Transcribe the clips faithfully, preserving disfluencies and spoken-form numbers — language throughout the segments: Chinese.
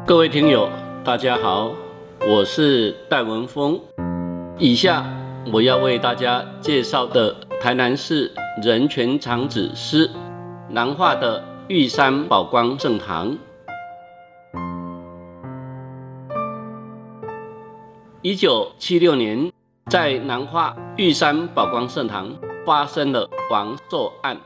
各位听友，大家好，我是戴文峰。以下我要为大家介绍的台南市人权长子师南化的玉山宝光圣堂。一九七六年，在南化玉山宝光圣堂发生了王寿案。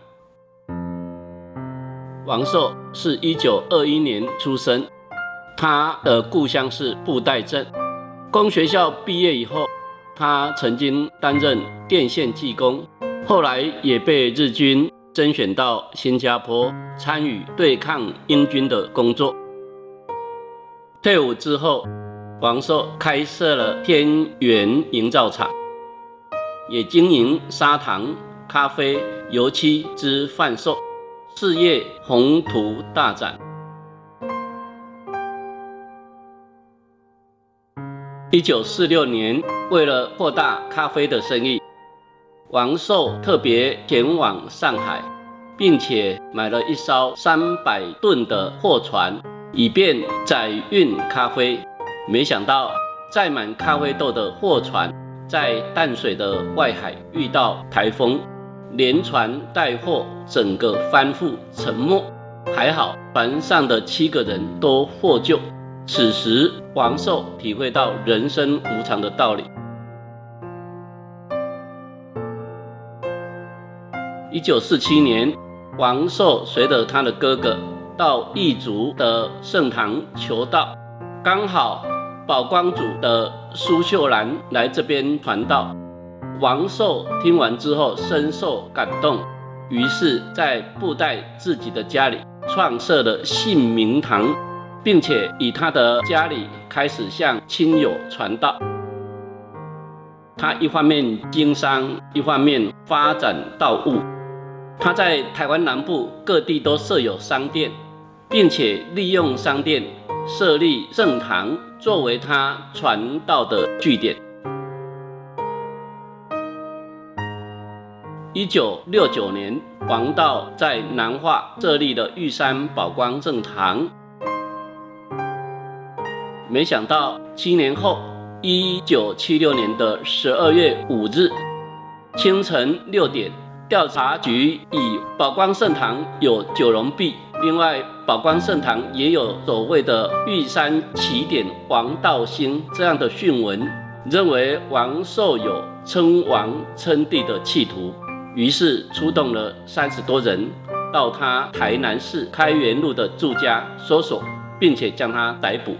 王寿是一九二一年出生，他的故乡是布袋镇。工学校毕业以后，他曾经担任电线技工，后来也被日军甄选到新加坡参与对抗英军的工作。退伍之后，王寿开设了天元营造厂，也经营砂糖、咖啡、油漆之贩售，事业宏图大展。一九四六年，为了扩大咖啡的生意，王寿特别前往上海，并且买了一艘三百吨的货船，以便载运咖啡。没想到，载满咖啡豆的货船在淡水的外海遇到台风，连船带货整个翻覆沉没，还好船上的七个人都获救。此时王寿体会到人生无常的道理。一九四七年，王寿随着他的哥哥到异族的圣堂求道，刚好宝光组的苏秀兰来这边传道。王寿听完之后深受感动，于是在布袋自己的家里创设了信明堂，并且以他的家里开始向亲友传道。他一方面经商，一方面发展道务。他在台湾南部各地都设有商店，并且利用商店设立圣堂，作为他传道的据点。一九六九年，王道在南化设立了玉山宝光圣堂。没想到七年后，一九七六年的十二月五日清晨六点，调查局以宝光圣堂有九龙壁，另外宝光圣堂也有所谓的玉山起点王道兴这样的讯文，认为王寿有称王称帝的企图，于是出动了三十多人到他台南市开元路的住家搜索，并且将他逮捕。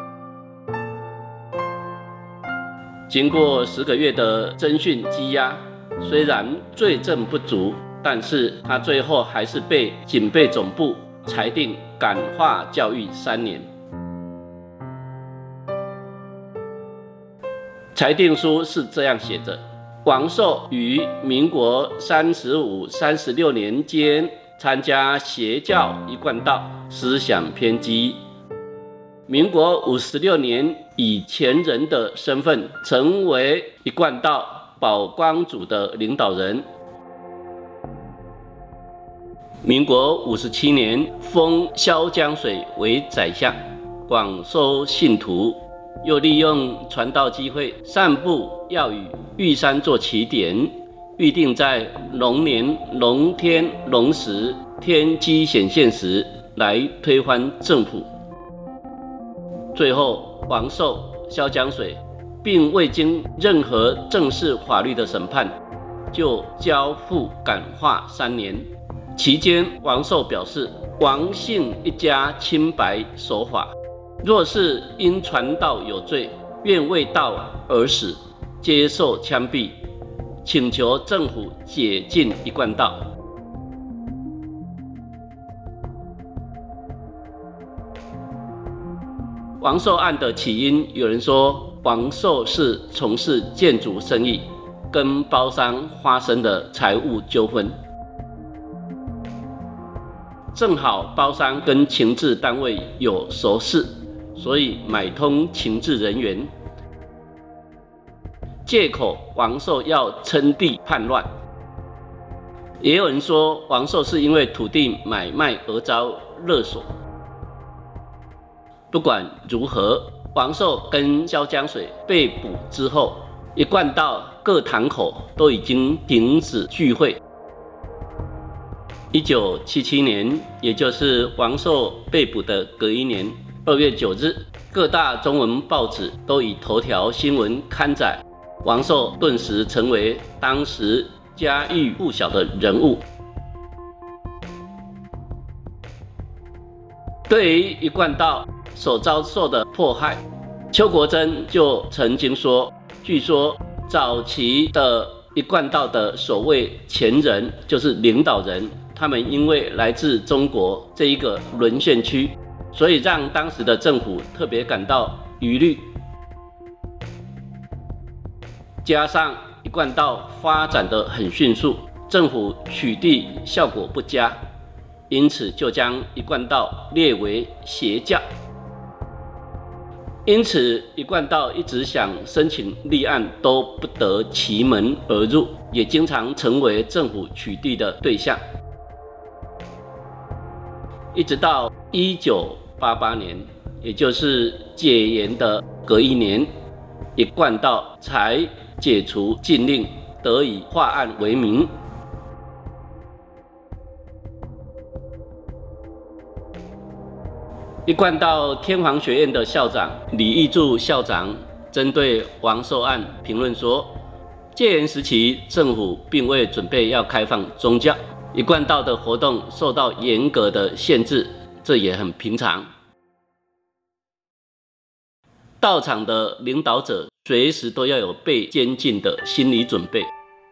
经过十个月的侦讯羁押，虽然罪证不足，但是他最后还是被警备总部裁定感化教育三年。裁定书是这样写着：王寿于民国三十五、三十六年间参加邪教一贯道，思想偏激。民国五十六年以前人的身份成为一贯道宝光组的领导人。民国五十七年封萧江水为宰相，广收信徒，又利用传道机会散布要以玉山做起点，预定在龙年龙天龙时天机显现时来推翻政府。最后王寿、萧江水并未经任何正式法律的审判，就交付感化三年。期间王寿表示，王姓一家清白守法，若是因传道有罪，愿为道而死，接受枪毙，请求政府解禁一贯道。王寿案的起因，有人说王寿是从事建筑生意，跟包商发生的财务纠纷，正好包商跟情治单位有熟识，所以买通情治人员，借口王寿要称帝叛乱。也有人说王寿是因为土地买卖而遭勒索。 不管如何，王寿跟萧江水被捕之后，一贯道各堂口都已经停止聚会。一九七七年，也就是王寿被捕的隔一年，二月九日，各大中文报纸都以头条新闻刊载，王寿顿时成为当时家喻户晓的人物。对于一贯道所遭受的迫害，邱国珍就曾经说，据说早期的一贯道的所谓前人，就是领导人，他们因为来自中国这一个沦陷区，所以让当时的政府特别感到疑虑。加上一贯道发展得很迅速，政府取缔效果不佳，因此就将一贯道列为邪教。因此一贯道一直想申请立案都不得其门而入，也经常成为政府取缔的对象。一直到一九八八年，也就是解严的隔一年，一贯道才解除禁令，得以化案为民。一贯道天皇学院的校长李义柱校长针对王寿案评论说，戒严时期政府并未准备要开放宗教，一贯道的活动受到严格的限制，这也很平常。道场的领导者随时都要有被监禁的心理准备，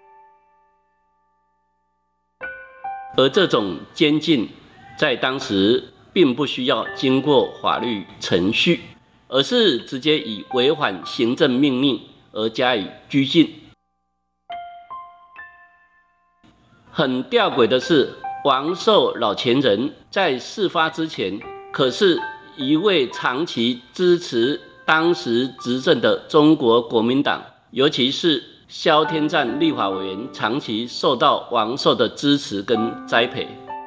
而这种监禁在当时并不需要经过法律程序，而是直接以违反行政命令而加以拘禁。很吊诡的是，王寿老前人在事发之前，可是一位长期支持当时执政的中国国民党，尤其是萧天赞立法委员，长期受到王寿的支持跟栽培。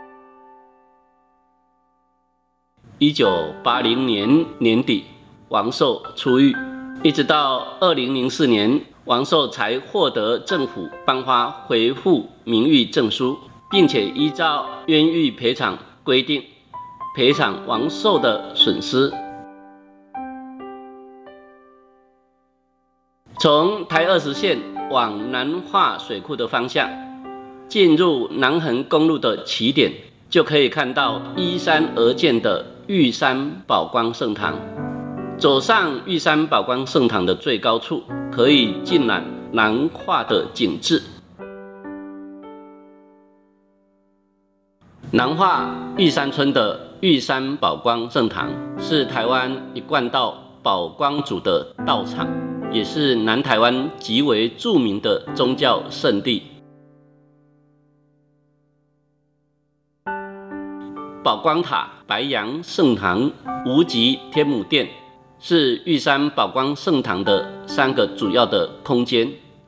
一九八零年年底，王寿出狱，一直到二零零四年，王寿才获得政府颁发恢复名誉证书，并且依照冤狱赔偿规定赔偿王寿的损失。从台二十线往南化水库的方向，进入南横公路的起点，就可以看到依山而建的玉山宝光圣堂。走上玉山宝光圣堂的最高处，可以尽览南化的景致。南化玉山村的玉山宝光圣堂是台湾一贯道宝光祖的道场，也是南台湾极为著名的宗教圣地。宝光塔、白杨圣堂、无极天母殿是玉山宝光圣堂的三个主要的空间。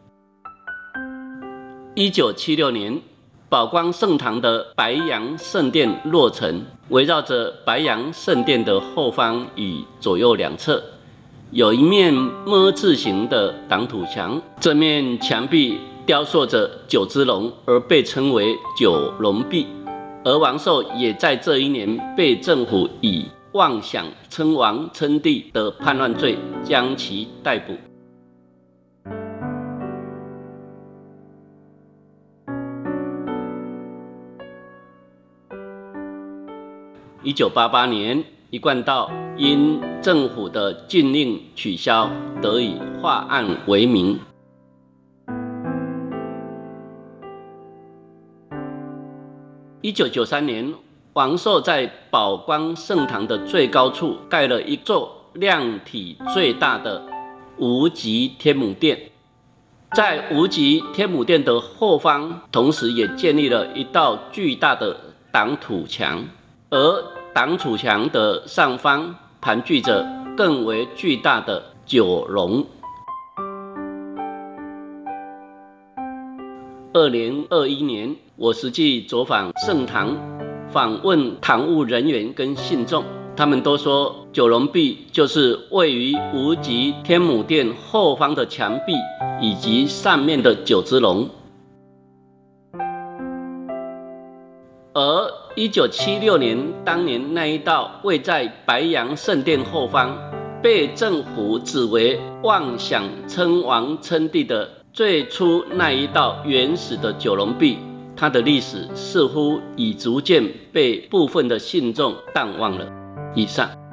一九七六年，宝光圣堂的白杨圣殿落成，围绕着白杨圣殿的后方与左右两侧，有一面么字形的挡土墙，这面墙壁雕塑着九只龙，而被称为九龙壁。而王寿也在这一年被政府以妄想称王称帝的叛乱罪将其逮捕。一九八八年，一贯道因政府的禁令取消，得以化案为民。一九九三年，王寿在宝光圣堂的最高处盖了一座量体最大的无极天母殿，在无极天母殿的后方，同时也建立了一道巨大的挡土墙，而挡土墙的上方盘踞着更为巨大的九龙。二零二一年，我实际走访圣堂，访问堂务人员跟信众， 他们都说九龙壁就是位于无极天母殿后方的墙壁以及上面的九只龙。而一九七六年当年那一道位在白洋圣殿后方，被政府指为妄想称王称帝的最初那一道原始的九龙壁，它的历史似乎已逐渐被部分的信众淡忘了。以上。